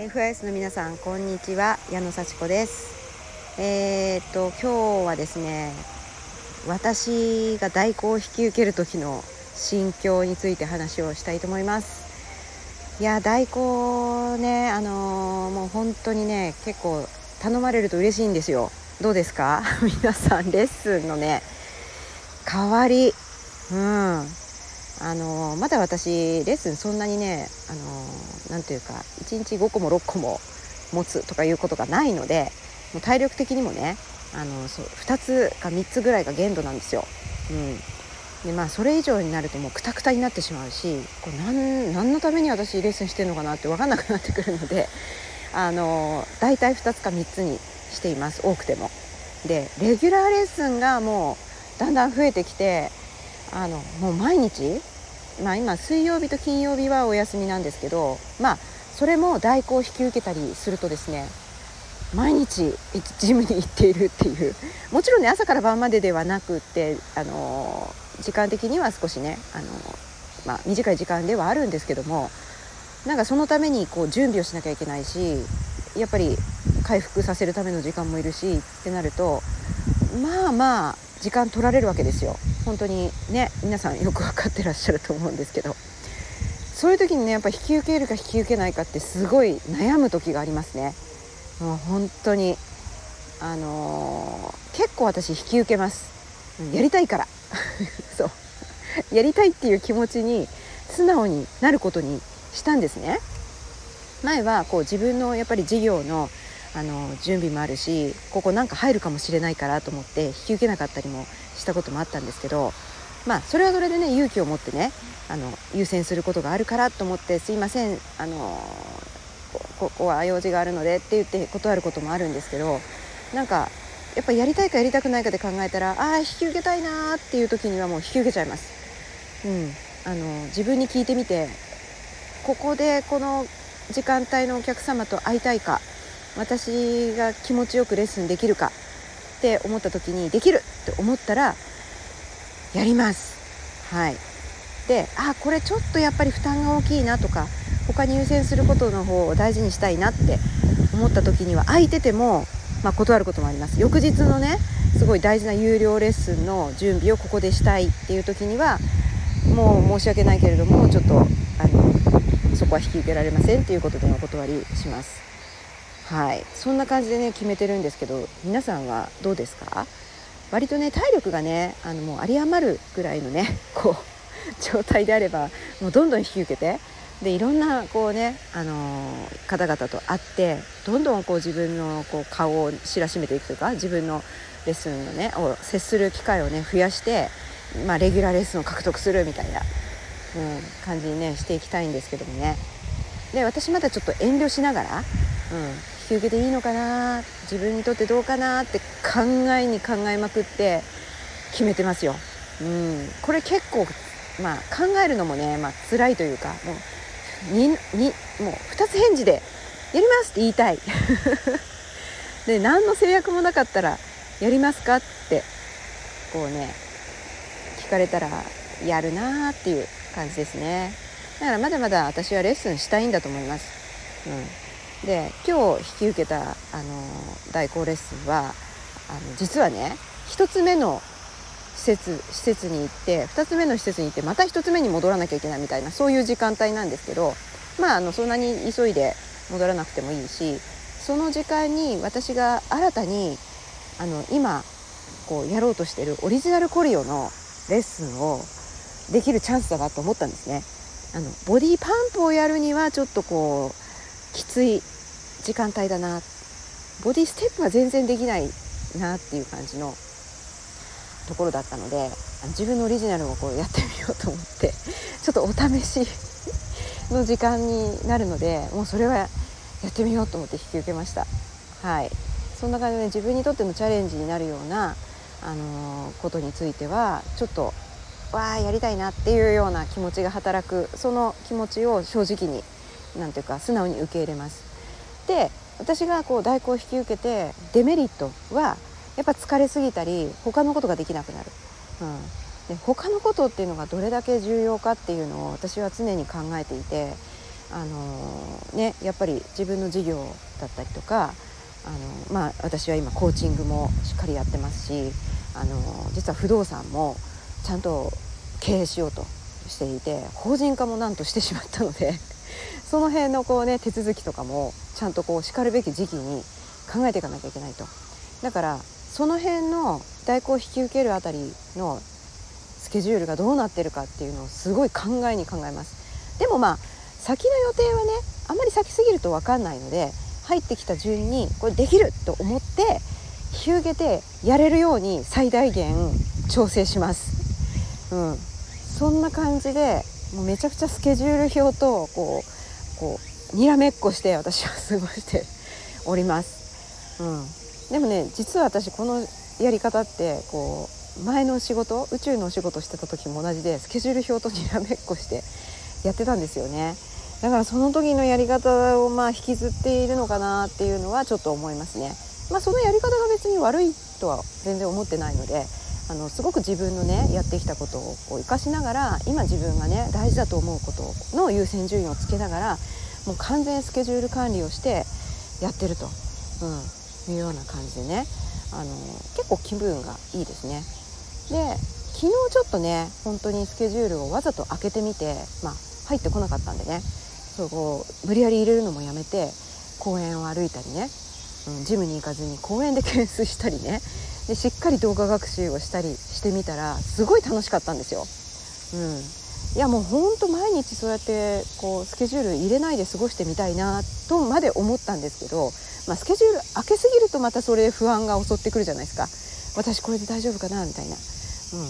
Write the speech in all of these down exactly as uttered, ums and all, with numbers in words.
エフアイエス の皆さん、こんにちは。矢野幸子です。えー、っと今日はですね、私が代行を引き受ける時の心境について話をしたいと思います。いや、代行ね、あのー、もう本当にね、結構頼まれると嬉しいんですよ。どうですか皆さん、レッスンのね代わり、うんあのまだ私レッスンそんなにね、あのなんていうかいちにちごこもろっこも持つとかいうことがないので、もう体力的にもね、あのそうふたつかみっつぐらいが限度なんですよ。うんでまあ、それ以上になるともうクタクタになってしまうし、これ何何のために私レッスンしてるのかなって分かんなくなってくるので、あのだいたいふたつかみっつにしています、多くても。でレギュラーレッスンがもうだんだん増えてきて、あのもう毎日、まあ、今水曜日と金曜日はお休みなんですけど、まあそれも代行を引き受けたりするとですね、毎日ジムに行っているっていう、もちろんね朝から晩までではなくって、あの時間的には少しね、あの、まあ、短い時間ではあるんですけども、なんかそのためにこう準備をしなきゃいけないし、やっぱり回復させるための時間もいるしってなると、まあまあ時間取られるわけですよ。本当にね、皆さんよく分かってらっしゃると思うんですけど、そういう時にね、やっぱ引き受けるか引き受けないかってすごい悩む時がありますね。もう本当にあのー、結構私引き受けます。やりたいからそうやりたいっていう気持ちに素直になることにしたんですね。前はこう自分のやっぱり事業のあの準備もあるし、ここなんか入るかもしれないからと思って引き受けなかったりもしたこともあったんですけど、まあそれはそれでね、勇気を持ってね、あの優先することがあるからと思って、すいません、あのここは用事があるのでって言って断ることもあるんですけど、なんかやっぱやりたいかやりたくないかで考えたら、ああ引き受けたいなっていう時にはもう引き受けちゃいます。うん、あの自分に聞いてみて、ここでこの時間帯のお客様と会いたいか、私が気持ちよくレッスンできるかって思った時に、できるって思ったらやります。はい。で、あ、これちょっとやっぱり負担が大きいなとか、他に優先することの方を大事にしたいなって思った時には、空いてても、まあ、断ることもあります。翌日のね、すごい大事な有料レッスンの準備をここでしたいっていう時には、もう申し訳ないけれども、ちょっとあのそこは引き受けられませんっていうことでお断りします。はい、そんな感じでね決めてるんですけど、皆さんはどうですか？割とね体力がね、あのもう有り余るぐらいのねこう状態であれば、もうどんどん引き受けて、でいろんなこうね、あのー、方々と会って、どんどんこう自分のこう顔を知らしめていくというか、自分のレッスンのねを接する機会をね増やして、まあ、レギュラーレッスンを獲得するみたいな、うん、感じにねしていきたいんですけどもね。で私まだちょっと遠慮しながら、うん、引き受けていいのかな、自分にとってどうかなって考えに考えまくって決めてますよ。うん、これ結構、まあ、考えるのもね、まあ辛いというか、もうににもうふたつ返事でやりますって言いたいで何の制約もなかったらやりますかってこうね聞かれたらやるなっていう感じですね。だからまだまだ私はレッスンしたいんだと思います。うん、で今日引き受けたあの代行レッスンは、あの実はねひとつめの施設施設に行ってふたつめの施設に行ってまたひとつめに戻らなきゃいけないみたいな、そういう時間帯なんですけど、まあ、あのそんなに急いで戻らなくてもいいし、その時間に私が新たにあの今こうやろうとしているオリジナルコリオのレッスンをできるチャンスだなと思ったんですね。あのボディパンプをやるにはちょっとこうきつい時間帯だな、ボディステップは全然できないなっていう感じのところだったので、自分のオリジナルをこうやってみようと思ってちょっとお試しの時間になるので、もうそれはやってみようと思って引き受けました。はい、そんな感じで、ね、自分にとってのチャレンジになるような、あのー、ことについてはちょっとわーやりたいなっていうような気持ちが働く、その気持ちを正直になんていうか素直に受け入れます。で私がこう代行を引き受けてデメリットは、やっぱ疲れすぎたり他のことができなくなる、うん、で他のことっていうのがどれだけ重要かっていうのを私は常に考えていて、 あのーね、やっぱり自分の事業だったりとか、あのーまあ、私は今コーチングもしっかりやってますし、あのー実は不動産もちゃんと経営しようとしていて、法人化もなんとしてしまったのでその辺のこう、ね、手続きとかもちゃんとこうしかるべき時期に考えていかなきゃいけないと。だからその辺の代行を引き受けるあたりのスケジュールがどうなってるかっていうのをすごい考えに考えます。でもまあ先の予定はね、あんまり先すぎると分かんないので、入ってきた順にこれできると思って引き受けてやれるように最大限調整します。うん、そんな感じでもうめちゃくちゃスケジュール表とこうこうにらめっこして私は過ごしております。うん、でもね、実は私このやり方ってこう前の仕事、宇宙のお仕事してた時も同じで、スケジュール表とにらめっこしてやってたんですよね。だからその時のやり方をまあ引きずっているのかなっていうのはちょっと思いますね。まあそのやり方が別に悪いとは全然思ってないので、あのすごく自分のねやってきたことを生かしながら、今自分がね大事だと思うことの優先順位をつけながら、もう完全スケジュール管理をしてやってると、うん、いうような感じでね、あの結構気分がいいですね。で昨日ちょっとね本当にスケジュールをわざと開けてみて、まあ入ってこなかったんでね、そうこう無理やり入れるのもやめて公園を歩いたりね、うん、ジムに行かずに公園で懸垂したりね、でしっかり動画学習をしたりしてみたらすごい楽しかったんですよ。うん、いやもうほんと毎日そうやってこうスケジュール入れないで過ごしてみたいなとまで思ったんですけど、まあ、スケジュール開けすぎるとまたそれ不安が襲ってくるじゃないですか。私これで大丈夫かなみたいな、うん、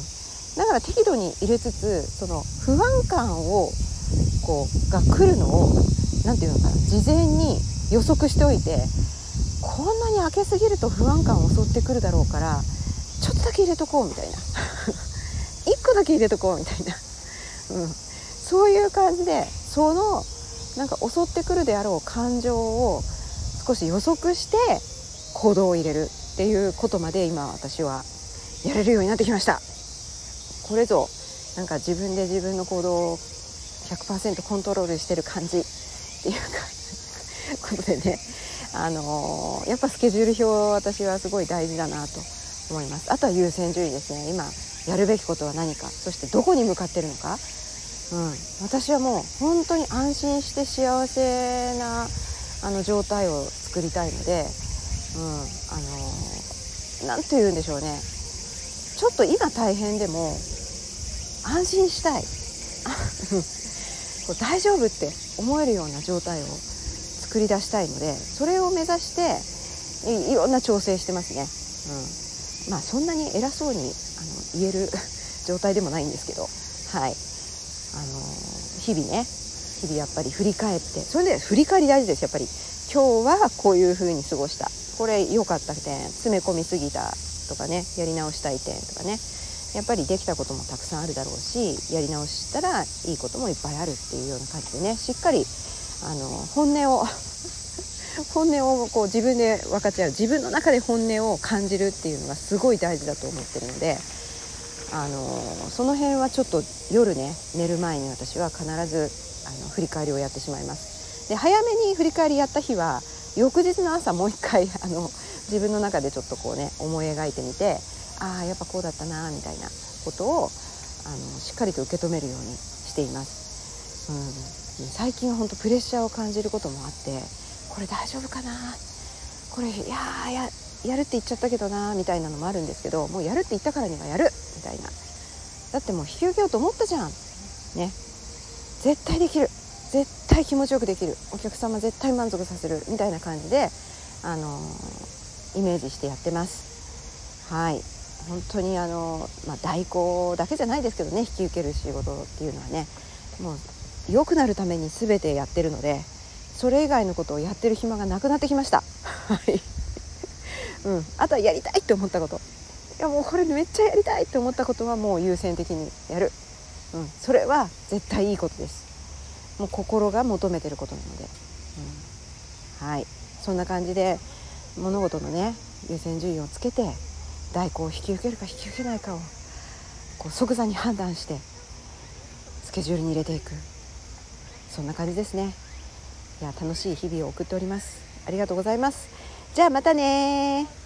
だから適度に入れつつ、その不安感をこうが来るのをなんていうのかな、事前に予測しておいて、こんなに開けすぎると不安感を襲ってくるだろうからちょっとだけ入れとこうみたいないっこだけ入れとこうみたいな、うん、そういう感じでそのなんか襲ってくるであろう感情を少し予測して行動を入れるっていうことまで今私はやれるようになってきました。これぞなんか自分で自分の行動を ひゃくパーセント コントロールしてる感じっていうかことでね、あのー、やっぱスケジュール表私はすごい大事だなと思います。あとは優先順位ですね。今やるべきことは何か、そしてどこに向かってるのか、うん、私はもう本当に安心して幸せなあの状態を作りたいので、うん、あのー、なんて言うんでしょうね、ちょっと今大変でも安心したいこう大丈夫って思えるような状態を作り出したいので、それを目指してい, いろんな調整してますね。うん、まあそんなに偉そうにあの言える状態でもないんですけど、はい、あの日々ね日々やっぱり振り返って、それで振り返り大事です。やっぱり今日はこういう風に過ごした、これ良かった点、詰め込みすぎたとかね、やり直したい点とかね、やっぱりできたこともたくさんあるだろうし、やり直したらいいこともいっぱいあるっていうような感じでね、しっかりあの本音を本音をこう自分で分かち合う、自分の中で本音を感じるっていうのがすごい大事だと思ってるので、あのその辺はちょっと夜ね寝る前に私は必ずあの振り返りをやってしまいます。で早めに振り返りやった日は翌日の朝もう一回あの自分の中でちょっとこうね思い描いてみて、ああやっぱこうだったなみたいなことをあのしっかりと受け止めるようにしています。うん、最近は本当プレッシャーを感じることもあって、これ大丈夫かな、これいやー や, やるって言っちゃったけどなみたいなのもあるんですけど、もうやるって言ったからにはやるみたいな、だってもう引き受けようと思ったじゃんね、絶対できる、絶対気持ちよくできる、お客様絶対満足させるみたいな感じで、あのー、イメージしてやってます。はい、本当にあの、まあ、代行だけじゃないですけどね、引き受ける仕事っていうのはね、もう良くなるために全てやってるので、それ以外のことをやってる暇がなくなってきました。はい、うん、あとはやりたいって思ったこと、いやもうこれめっちゃやりたいって思ったことはもう優先的にやる、うん、それは絶対いいことです。もう心が求めてることなので、うん、はい、そんな感じで物事のね優先順位をつけて代行を引き受けるか引き受けないかをこう即座に判断してスケジュールに入れていく、そんな感じですね。 いや楽しい日々を送っております。ありがとうございます。じゃあまたね。